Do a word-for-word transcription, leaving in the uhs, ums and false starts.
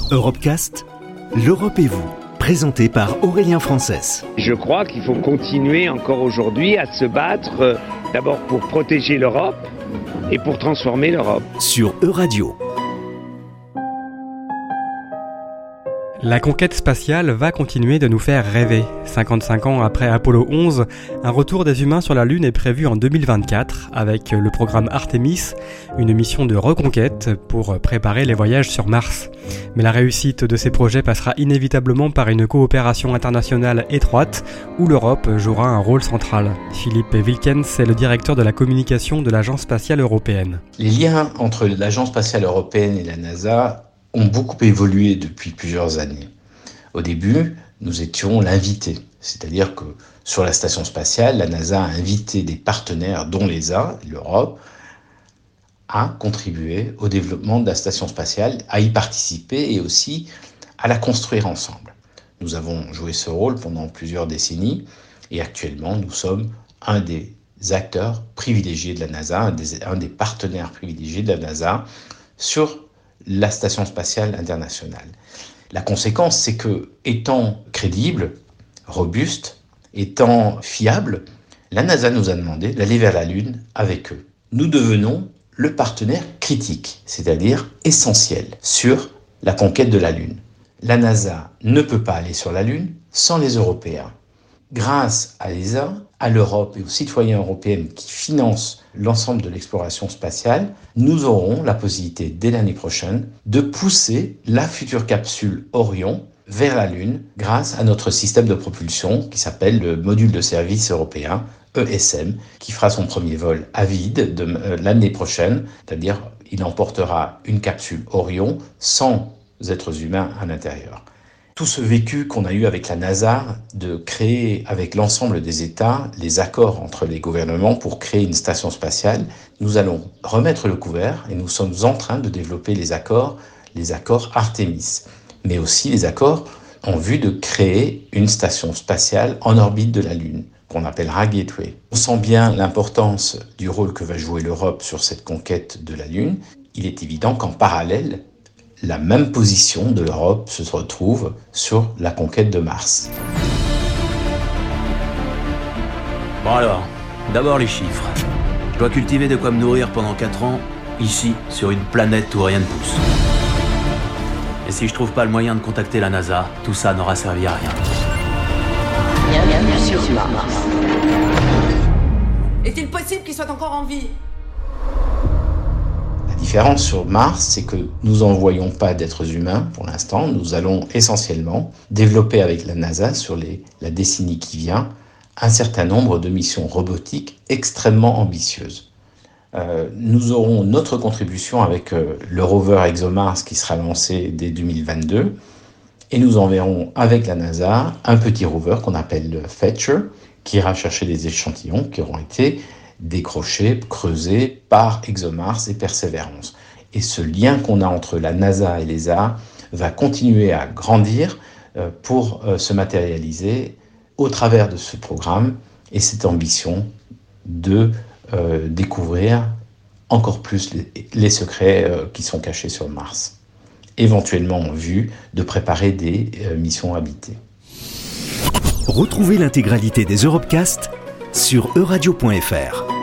Europecast, l'Europe et vous, présenté par Aurélien Frances. Je crois qu'il faut continuer encore aujourd'hui à se battre, euh, d'abord pour protéger l'Europe et pour transformer l'Europe. Sur Euradio. La conquête spatiale va continuer de nous faire rêver. cinquante-cinq ans après Apollo onze, un retour des humains sur la Lune est prévu en deux mille vingt-quatre avec le programme Artemis, une mission de reconquête pour préparer les voyages sur Mars. Mais la réussite de ces projets passera inévitablement par une coopération internationale étroite où l'Europe jouera un rôle central. Philippe Wilkens est le directeur de la communication de l'Agence spatiale européenne. Les liens entre l'Agence spatiale européenne et la NASA ont beaucoup évolué depuis plusieurs années. Au début, nous étions l'invité, c'est-à-dire que sur la station spatiale, la NASA a invité des partenaires, dont l'E S A, l'Europe, à contribuer au développement de la station spatiale, à y participer et aussi à la construire ensemble. Nous avons joué ce rôle pendant plusieurs décennies et actuellement, nous sommes un des acteurs privilégiés de la NASA, un des, un des partenaires privilégiés de la NASA sur la Station spatiale internationale. La conséquence, c'est que, étant crédible, robuste, étant fiable, la NASA nous a demandé d'aller vers la Lune avec eux. Nous devenons le partenaire critique, c'est-à-dire essentiel, sur la conquête de la Lune. La NASA ne peut pas aller sur la Lune sans les Européens. Grâce à l'E S A, à l'Europe et aux citoyens européens qui financent l'ensemble de l'exploration spatiale, nous aurons la possibilité, dès l'année prochaine, de pousser la future capsule Orion vers la Lune grâce à notre système de propulsion qui s'appelle le module de service européen, E S M, qui fera son premier vol à vide de, euh, l'année prochaine, c'est-à-dire il emportera une capsule Orion sans êtres humains à l'intérieur. Tout ce vécu qu'on a eu avec la NASA, de créer avec l'ensemble des États les accords entre les gouvernements pour créer une station spatiale, nous allons remettre le couvert et nous sommes en train de développer les accords, les accords Artemis, mais aussi les accords en vue de créer une station spatiale en orbite de la Lune, qu'on appellera Gateway. On sent bien l'importance du rôle que va jouer l'Europe sur cette conquête de la Lune. Il est évident qu'en parallèle, la même position de l'Europe se retrouve sur la conquête de Mars. Bon alors, d'abord les chiffres. Je dois cultiver de quoi me nourrir pendant quatre ans, ici, sur une planète où rien ne pousse. Et si je trouve pas le moyen de contacter la NASA, tout ça n'aura servi à rien. Bienvenue sur Mars. Est-il possible qu'il soit encore en vie ? La différence sur Mars, c'est que nous n'envoyons pas d'êtres humains pour l'instant. Nous allons essentiellement développer avec la NASA sur les, la décennie qui vient un certain nombre de missions robotiques extrêmement ambitieuses. Euh, nous aurons notre contribution avec euh, le rover ExoMars qui sera lancé dès deux mille vingt-deux et nous enverrons avec la NASA un petit rover qu'on appelle le Fetcher qui ira chercher des échantillons qui auront été décroché, creusé par ExoMars et Perseverance. Et ce lien qu'on a entre la NASA et l'E S A va continuer à grandir euh, pour euh, se matérialiser au travers de ce programme et cette ambition de euh, découvrir encore plus les, les secrets euh, qui sont cachés sur Mars. Éventuellement en vue de préparer des euh, missions habitées. Retrouvez l'intégralité des Europecast sur euradio point f r.